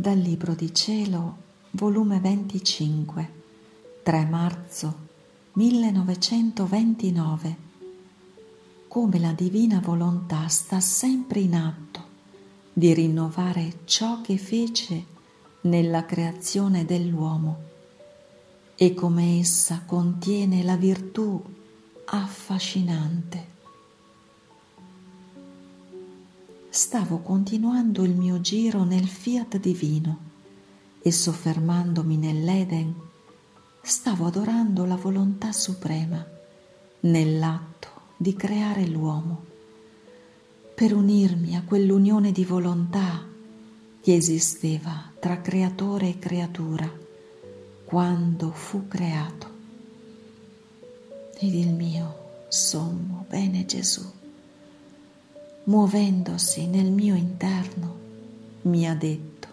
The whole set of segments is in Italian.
Dal Libro di Cielo, volume 25, 3 marzo 1929. Come la divina volontà sta sempre in atto di rinnovare ciò che fece nella creazione dell'uomo e come essa contiene la virtù affascinante. Stavo continuando il mio giro nel fiat divino e soffermandomi nell'Eden, stavo adorando la volontà suprema nell'atto di creare l'uomo, per unirmi a quell'unione di volontà che esisteva tra creatore e creatura quando fu creato. Ed il mio sommo bene Gesù, muovendosi nel mio interno, mi ha detto: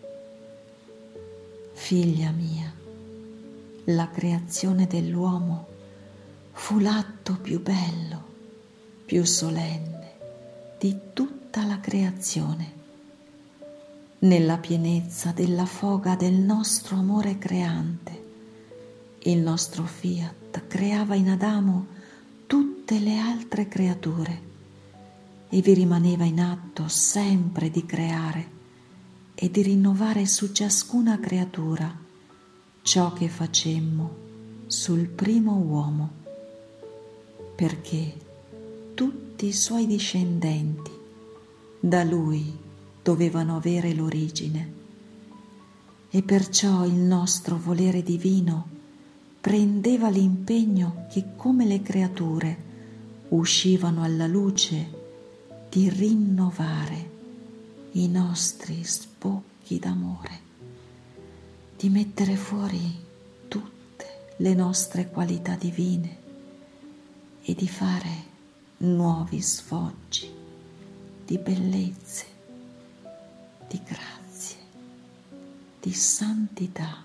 figlia mia, la creazione dell'uomo fu l'atto più bello, più solenne di tutta la creazione. Nella pienezza della foga del nostro amore creante, il nostro fiat creava in Adamo tutte le altre creature e vi rimaneva in atto sempre di creare e di rinnovare su ciascuna creatura ciò che facemmo sul primo uomo, perché tutti i suoi discendenti da lui dovevano avere l'origine, e perciò il nostro volere divino prendeva l'impegno che, come le creature uscivano alla luce, di rinnovare i nostri sbocchi d'amore, di mettere fuori tutte le nostre qualità divine e di fare nuovi sfoggi di bellezze, di grazie, di santità,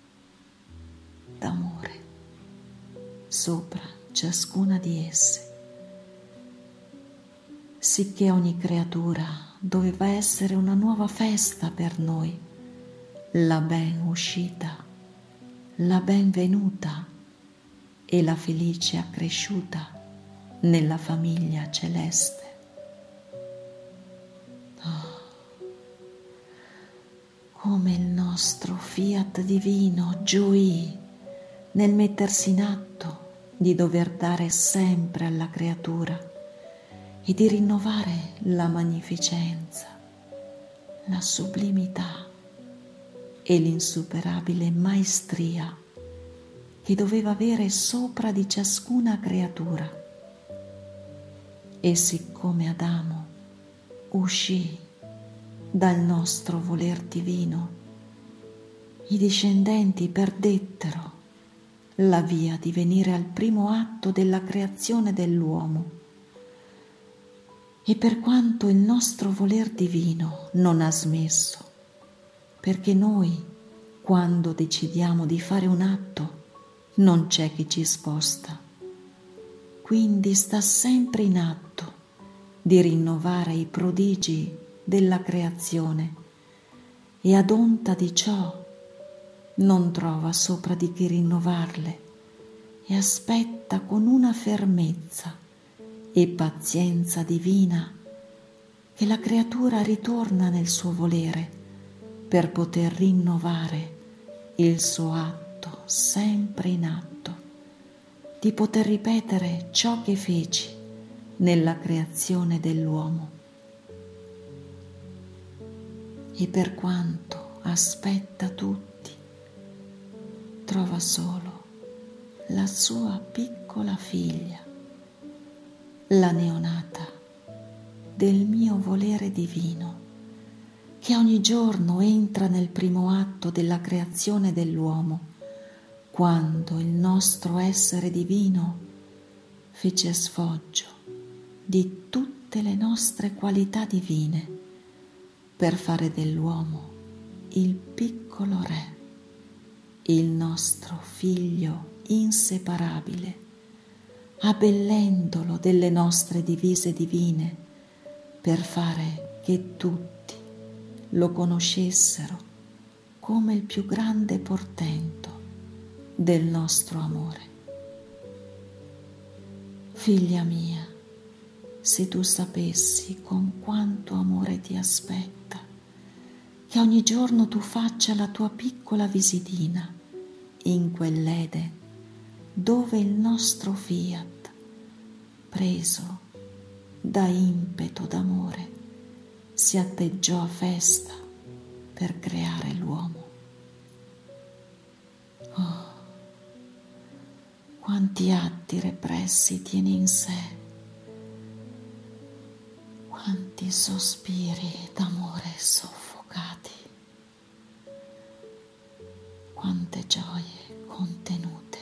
d'amore sopra ciascuna di esse, sicché ogni creatura doveva essere una nuova festa per noi, la ben uscita, la benvenuta e la felice accresciuta nella famiglia celeste. Come il nostro fiat divino gioì nel mettersi in atto di dover dare sempre alla creatura e di rinnovare la magnificenza, la sublimità e l'insuperabile maestria che doveva avere sopra di ciascuna creatura. E siccome Adamo uscì dal nostro voler divino, i discendenti perdettero la via di venire al primo atto della creazione dell'uomo. E per quanto il nostro voler divino non ha smesso, perché noi, quando decidiamo di fare un atto, non c'è chi ci sposta, quindi sta sempre in atto di rinnovare i prodigi della creazione, e ad onta di ciò non trova sopra di chi rinnovarle e aspetta con una fermezza e pazienza divina che la creatura ritorna nel suo volere per poter rinnovare il suo atto sempre in atto, di poter ripetere ciò che feci nella creazione dell'uomo. E per quanto aspetta tutti, trova solo la sua piccola figlia, la neonata del mio volere divino, che ogni giorno entra nel primo atto della creazione dell'uomo, quando il nostro essere divino fece sfoggio di tutte le nostre qualità divine per fare dell'uomo il piccolo re, il nostro figlio inseparabile, abbellendolo delle nostre divise divine per fare che tutti lo conoscessero come il più grande portento del nostro amore. Figlia mia, se tu sapessi con quanto amore ti aspetta, che ogni giorno tu faccia la tua piccola visitina in quell'Eden dove il nostro fiat, preso da impeto d'amore, si atteggiò a festa per creare l'uomo. Oh, quanti atti repressi tiene in sé, quanti sospiri d'amore soffocati, quante gioie contenute,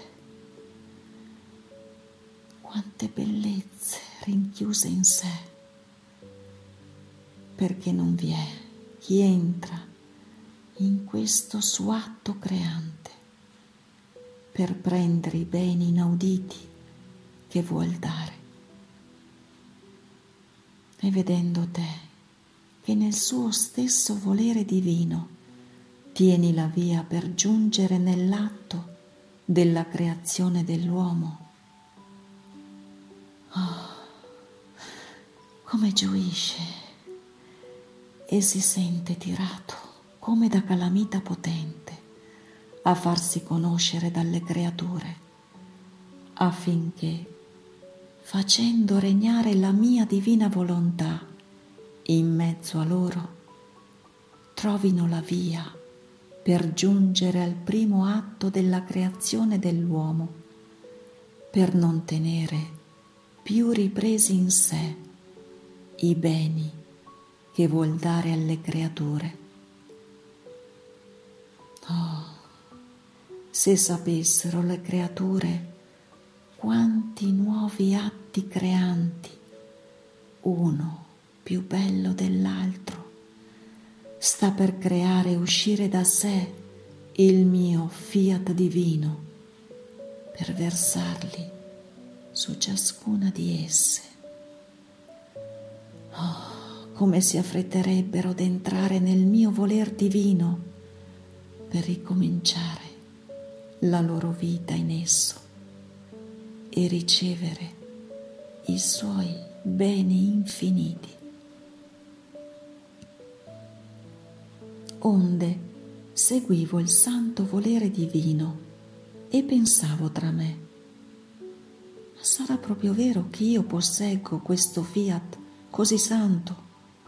quante bellezze rinchiuse in sé, perché non vi è chi entra in questo suo atto creante per prendere i beni inauditi che vuol dare. E vedendo te che nel suo stesso volere divino tieni la via per giungere nell'atto della creazione dell'uomo, oh, come gioisce e si sente tirato come da calamita potente a farsi conoscere dalle creature, affinché, facendo regnare la mia divina volontà in mezzo a loro, trovino la via per giungere al primo atto della creazione dell'uomo, per non tenere più ripresi in sé i beni che vuol dare alle creature. Oh, se sapessero le creature quanti nuovi atti creanti, uno più bello dell'altro, sta per creare e uscire da sé il mio fiat divino, per versarli su ciascuna di esse. Oh, come si affretterebbero ad entrare nel mio voler divino per ricominciare la loro vita in esso e ricevere i suoi beni infiniti. Onde seguivo il santo volere divino e pensavo tra me: ma sarà proprio vero che io posseggo questo fiat così santo?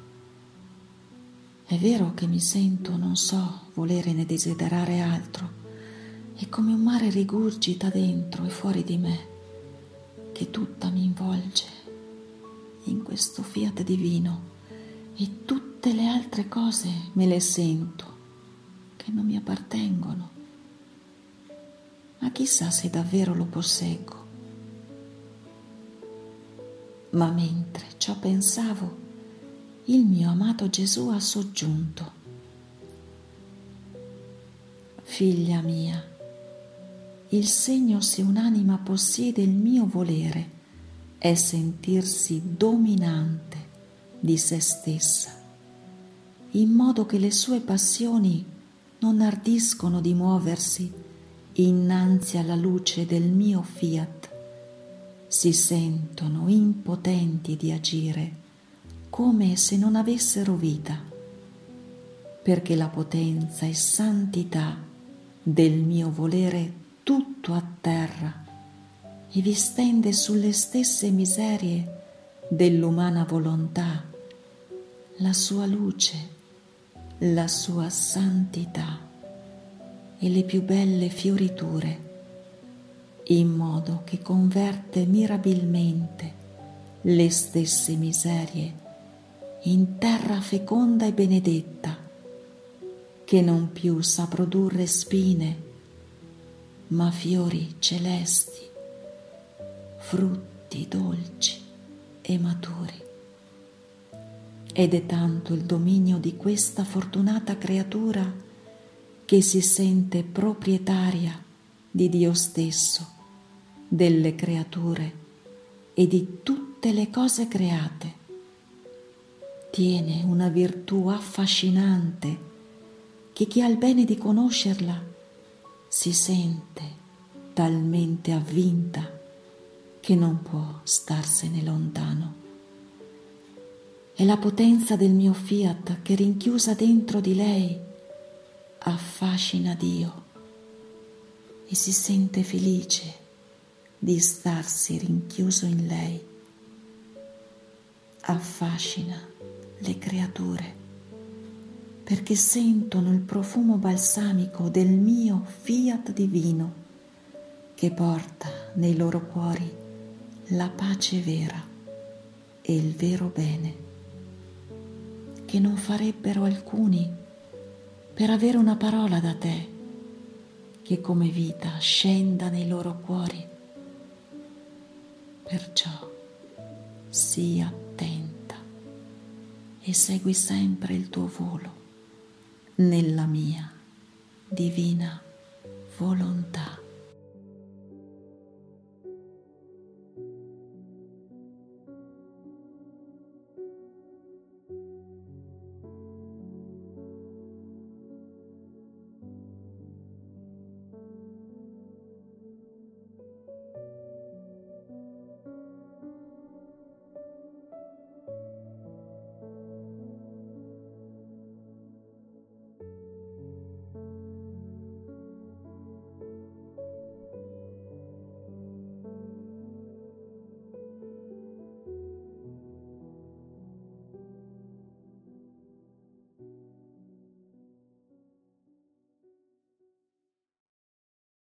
È vero che mi sento, non so, volere né desiderare altro, e come un mare rigurgita dentro e fuori di me, che tutta mi involge in questo fiat divino, e tutte le altre cose me le sento che non mi appartengono. Ma chissà se davvero lo posseggo. Ma mentre ciò pensavo, il mio amato Gesù ha soggiunto: figlia mia, il segno se un'anima possiede il mio volere è sentirsi dominante di se stessa, in modo che le sue passioni non ardiscono di muoversi innanzi alla luce del mio fiat, si sentono impotenti di agire come se non avessero vita, perché la potenza e santità del mio volere tutto atterra e vi stende sulle stesse miserie dell'umana volontà la sua luce, la sua santità e le più belle fioriture, in modo che converte mirabilmente le stesse miserie in terra feconda e benedetta, che non più sa produrre spine, ma fiori celesti, frutti dolci e maturi. Ed è tanto il dominio di questa fortunata creatura che si sente proprietaria di Dio stesso, delle creature e di tutte le cose create. Tiene una virtù affascinante che chi ha il bene di conoscerla si sente talmente avvinta che non può starsene lontano. È la potenza del mio fiat che rinchiusa dentro di lei affascina Dio e si sente felice di starsi rinchiuso in lei. Affascina le creature perché sentono il profumo balsamico del mio fiat divino che porta nei loro cuori la pace vera e il vero bene, che non farebbero alcuni per avere una parola da te che come vita scenda nei loro cuori. Perciò sii attenta e segui sempre il tuo volo nella mia divina volontà.